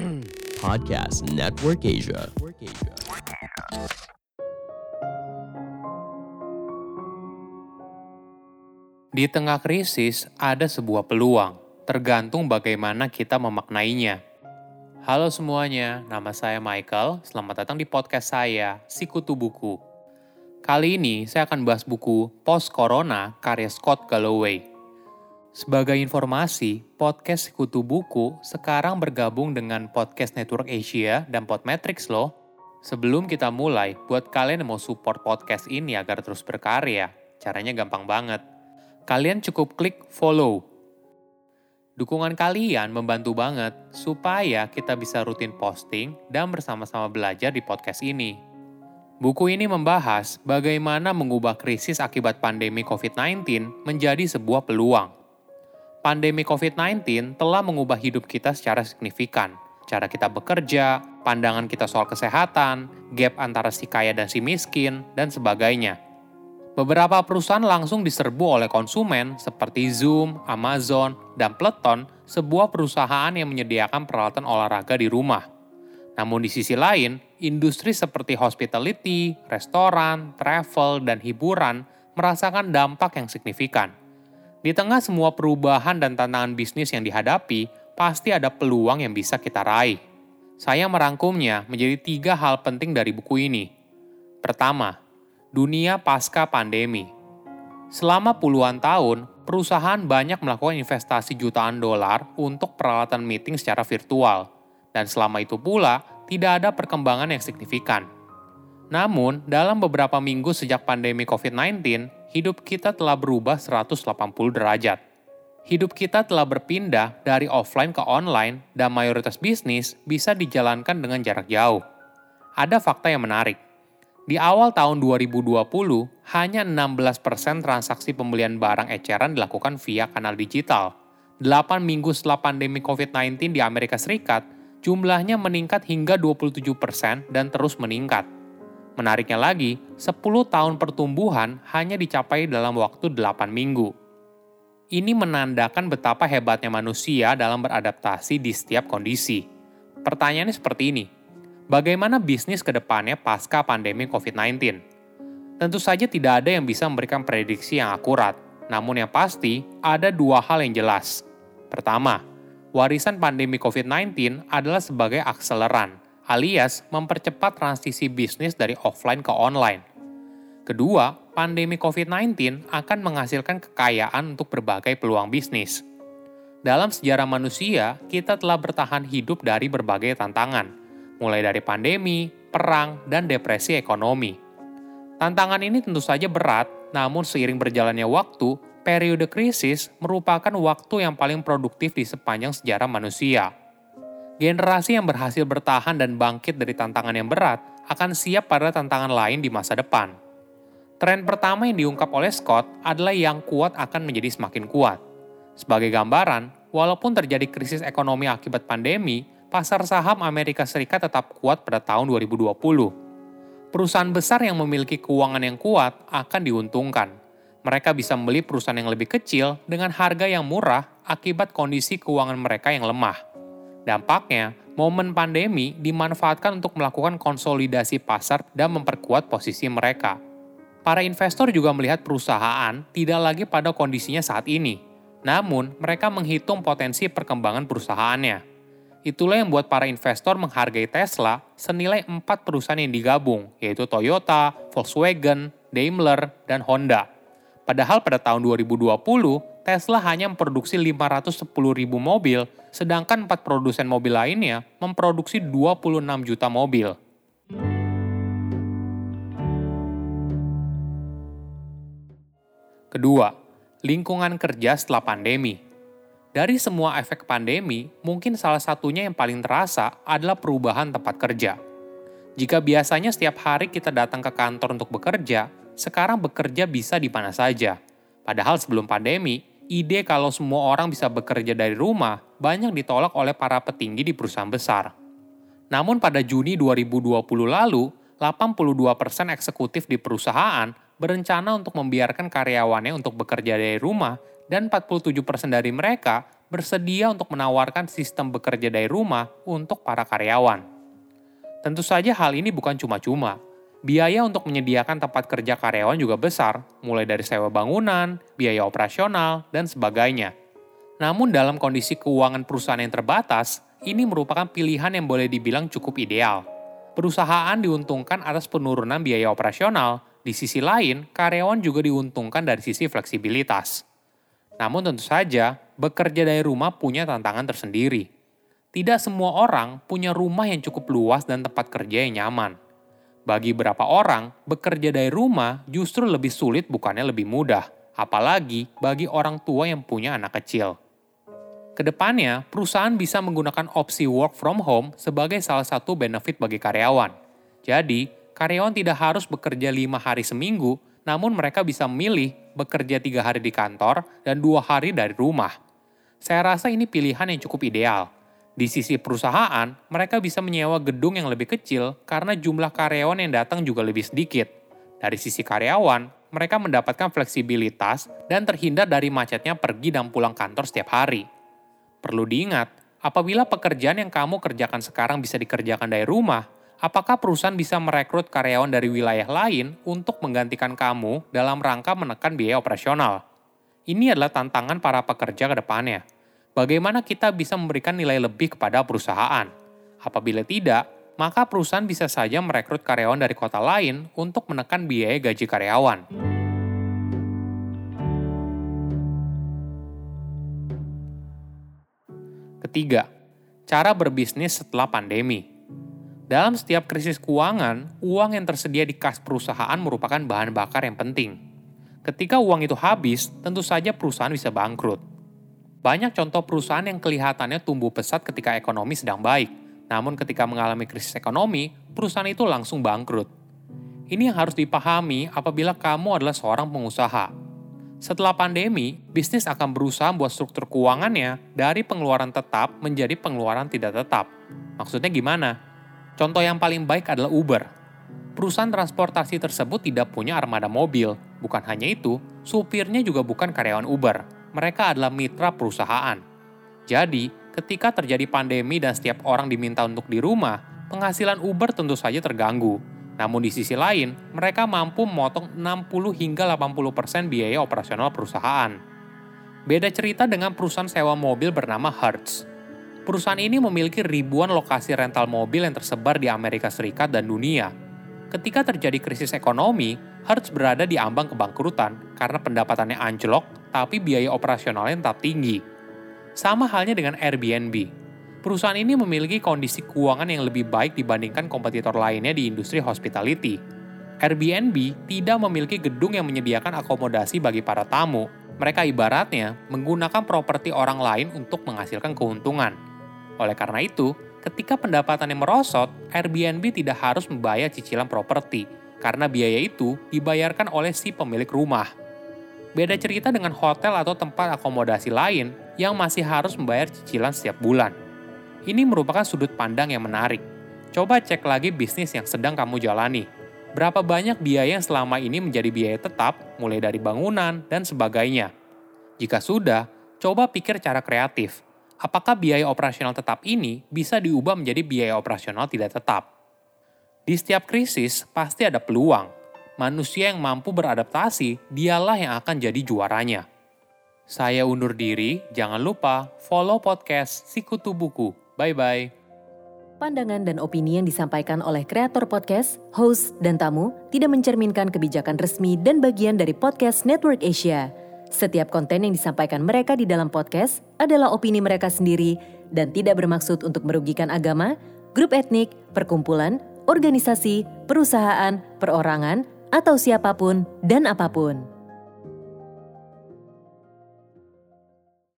Podcast Network Asia. Di tengah krisis, ada sebuah peluang, tergantung bagaimana kita memaknainya. Halo semuanya, nama saya Michael. Selamat datang di podcast saya, Sikutu Buku. Kali ini saya akan bahas buku Post Corona karya Scott Galloway. Sebagai informasi, podcast Sikutu Buku sekarang bergabung dengan Podcast Network Asia dan Podmetrics loh. Sebelum kita mulai, buat kalian yang mau support podcast ini agar terus berkarya, caranya gampang banget. Kalian cukup klik follow. Dukungan kalian membantu banget supaya kita bisa rutin posting dan bersama-sama belajar di podcast ini. Buku ini membahas bagaimana mengubah krisis akibat pandemi COVID-19 menjadi sebuah peluang. Pandemi COVID-19 telah mengubah hidup kita secara signifikan. Cara kita bekerja, pandangan kita soal kesehatan, gap antara si kaya dan si miskin, dan sebagainya. Beberapa perusahaan langsung diserbu oleh konsumen seperti Zoom, Amazon, dan Peloton, sebuah perusahaan yang menyediakan peralatan olahraga di rumah. Namun di sisi lain, industri seperti hospitality, restoran, travel, dan hiburan merasakan dampak yang signifikan. Di tengah semua perubahan dan tantangan bisnis yang dihadapi, pasti ada peluang yang bisa kita raih. Saya merangkumnya menjadi 3 hal penting dari buku ini. Pertama, dunia pasca pandemi. Selama puluhan tahun, perusahaan banyak melakukan investasi jutaan dolar untuk peralatan meeting secara virtual. Dan selama itu pula, tidak ada perkembangan yang signifikan. Namun, dalam beberapa minggu sejak pandemi COVID-19, hidup kita telah berubah 180 derajat. Hidup kita telah berpindah dari offline ke online dan mayoritas bisnis bisa dijalankan dengan jarak jauh. Ada fakta yang menarik. Di awal tahun 2020, hanya 16% transaksi pembelian barang eceran dilakukan via kanal digital. 8 minggu setelah pandemi COVID-19 di Amerika Serikat, jumlahnya meningkat hingga 27% dan terus meningkat. Menariknya lagi, 10 tahun pertumbuhan hanya dicapai dalam waktu 8 minggu. Ini menandakan betapa hebatnya manusia dalam beradaptasi di setiap kondisi. Pertanyaannya seperti ini, bagaimana bisnis ke depannya pasca pandemi COVID-19? Tentu saja tidak ada yang bisa memberikan prediksi yang akurat, namun yang pasti ada 2 hal yang jelas. Pertama, warisan pandemi COVID-19 adalah sebagai akseleran, alias mempercepat transisi bisnis dari offline ke online. Kedua, pandemi COVID-19 akan menghasilkan kekayaan untuk berbagai peluang bisnis. Dalam sejarah manusia, kita telah bertahan hidup dari berbagai tantangan, mulai dari pandemi, perang, dan depresi ekonomi. Tantangan ini tentu saja berat, namun seiring berjalannya waktu, periode krisis merupakan waktu yang paling produktif di sepanjang sejarah manusia. Generasi yang berhasil bertahan dan bangkit dari tantangan yang berat akan siap pada tantangan lain di masa depan. Tren pertama yang diungkap oleh Scott adalah yang kuat akan menjadi semakin kuat. Sebagai gambaran, walaupun terjadi krisis ekonomi akibat pandemi, pasar saham Amerika Serikat tetap kuat pada tahun 2020. Perusahaan besar yang memiliki keuangan yang kuat akan diuntungkan. Mereka bisa membeli perusahaan yang lebih kecil dengan harga yang murah akibat kondisi keuangan mereka yang lemah. Dampaknya, momen pandemi dimanfaatkan untuk melakukan konsolidasi pasar dan memperkuat posisi mereka. Para investor juga melihat perusahaan tidak lagi pada kondisinya saat ini, namun mereka menghitung potensi perkembangan perusahaannya. Itulah yang membuat para investor menghargai Tesla senilai 4 perusahaan yang digabung, yaitu Toyota, Volkswagen, Daimler, dan Honda. Padahal pada tahun 2020, Tesla hanya memproduksi 510.000 mobil, sedangkan 4 produsen mobil lainnya memproduksi 26 juta mobil. Kedua, lingkungan kerja setelah pandemi. Dari semua efek pandemi, mungkin salah satunya yang paling terasa adalah perubahan tempat kerja. Jika biasanya setiap hari kita datang ke kantor untuk bekerja, sekarang bekerja bisa di mana saja. Padahal sebelum pandemi, ide kalau semua orang bisa bekerja dari rumah banyak ditolak oleh para petinggi di perusahaan besar. Namun pada Juni 2020 lalu, 82% eksekutif di perusahaan berencana untuk membiarkan karyawannya untuk bekerja dari rumah dan 47% dari mereka bersedia untuk menawarkan sistem bekerja dari rumah untuk para karyawan. Tentu saja hal ini bukan cuma-cuma. Biaya untuk menyediakan tempat kerja karyawan juga besar, mulai dari sewa bangunan, biaya operasional, dan sebagainya. Namun dalam kondisi keuangan perusahaan yang terbatas, ini merupakan pilihan yang boleh dibilang cukup ideal. Perusahaan diuntungkan atas penurunan biaya operasional, di sisi lain karyawan juga diuntungkan dari sisi fleksibilitas. Namun tentu saja, bekerja dari rumah punya tantangan tersendiri. Tidak semua orang punya rumah yang cukup luas dan tempat kerja yang nyaman. Bagi beberapa orang, bekerja dari rumah justru lebih sulit bukannya lebih mudah, apalagi bagi orang tua yang punya anak kecil. Kedepannya, perusahaan bisa menggunakan opsi work from home sebagai salah satu benefit bagi karyawan. Jadi, karyawan tidak harus bekerja 5 hari seminggu, namun mereka bisa memilih bekerja 3 hari di kantor dan 2 hari dari rumah. Saya rasa ini pilihan yang cukup ideal. Di sisi perusahaan, mereka bisa menyewa gedung yang lebih kecil karena jumlah karyawan yang datang juga lebih sedikit. Dari sisi karyawan, mereka mendapatkan fleksibilitas dan terhindar dari macetnya pergi dan pulang kantor setiap hari. Perlu diingat, apabila pekerjaan yang kamu kerjakan sekarang bisa dikerjakan dari rumah, apakah perusahaan bisa merekrut karyawan dari wilayah lain untuk menggantikan kamu dalam rangka menekan biaya operasional? Ini adalah tantangan para pekerja ke depannya. Bagaimana kita bisa memberikan nilai lebih kepada perusahaan? Apabila tidak, maka perusahaan bisa saja merekrut karyawan dari kota lain untuk menekan biaya gaji karyawan. Ketiga, cara berbisnis setelah pandemi. Dalam setiap krisis keuangan, uang yang tersedia di kas perusahaan merupakan bahan bakar yang penting. Ketika uang itu habis, tentu saja perusahaan bisa bangkrut. Banyak contoh perusahaan yang kelihatannya tumbuh pesat ketika ekonomi sedang baik, namun ketika mengalami krisis ekonomi, perusahaan itu langsung bangkrut. Ini yang harus dipahami apabila kamu adalah seorang pengusaha. Setelah pandemi, bisnis akan berusaha membuat struktur keuangannya dari pengeluaran tetap menjadi pengeluaran tidak tetap. Maksudnya gimana? Contoh yang paling baik adalah Uber. Perusahaan transportasi tersebut tidak punya armada mobil. Bukan hanya itu, supirnya juga bukan karyawan Uber. Mereka adalah mitra perusahaan. Jadi, ketika terjadi pandemi dan setiap orang diminta untuk di rumah, penghasilan Uber tentu saja terganggu. Namun di sisi lain, mereka mampu memotong 60 hingga 80% biaya operasional perusahaan. Beda cerita dengan perusahaan sewa mobil bernama Hertz. Perusahaan ini memiliki ribuan lokasi rental mobil yang tersebar di Amerika Serikat dan dunia. Ketika terjadi krisis ekonomi, Hertz berada di ambang kebangkrutan karena pendapatannya anjlok, tapi biaya operasionalnya tetap tinggi. Sama halnya dengan Airbnb. Perusahaan ini memiliki kondisi keuangan yang lebih baik dibandingkan kompetitor lainnya di industri hospitality. Airbnb tidak memiliki gedung yang menyediakan akomodasi bagi para tamu. Mereka ibaratnya menggunakan properti orang lain untuk menghasilkan keuntungan. Oleh karena itu, ketika pendapatannya merosot, Airbnb tidak harus membayar cicilan properti, karena biaya itu dibayarkan oleh si pemilik rumah. Beda cerita dengan hotel atau tempat akomodasi lain yang masih harus membayar cicilan setiap bulan. Ini merupakan sudut pandang yang menarik. Coba cek lagi bisnis yang sedang kamu jalani. Berapa banyak biaya yang selama ini menjadi biaya tetap, mulai dari bangunan dan sebagainya. Jika sudah, coba pikir cara kreatif. Apakah biaya operasional tetap ini bisa diubah menjadi biaya operasional tidak tetap? Di setiap krisis, pasti ada peluang. Manusia yang mampu beradaptasi, dialah yang akan jadi juaranya. Saya undur diri, jangan lupa follow podcast Sikutu Buku. Bye-bye. Pandangan dan opini yang disampaikan oleh kreator podcast, host, dan tamu tidak mencerminkan kebijakan resmi dan bagian dari Podcast Network Asia. Setiap konten yang disampaikan mereka di dalam podcast adalah opini mereka sendiri dan tidak bermaksud untuk merugikan agama, grup etnik, perkumpulan, organisasi, perusahaan, perorangan, atau siapapun dan apapun.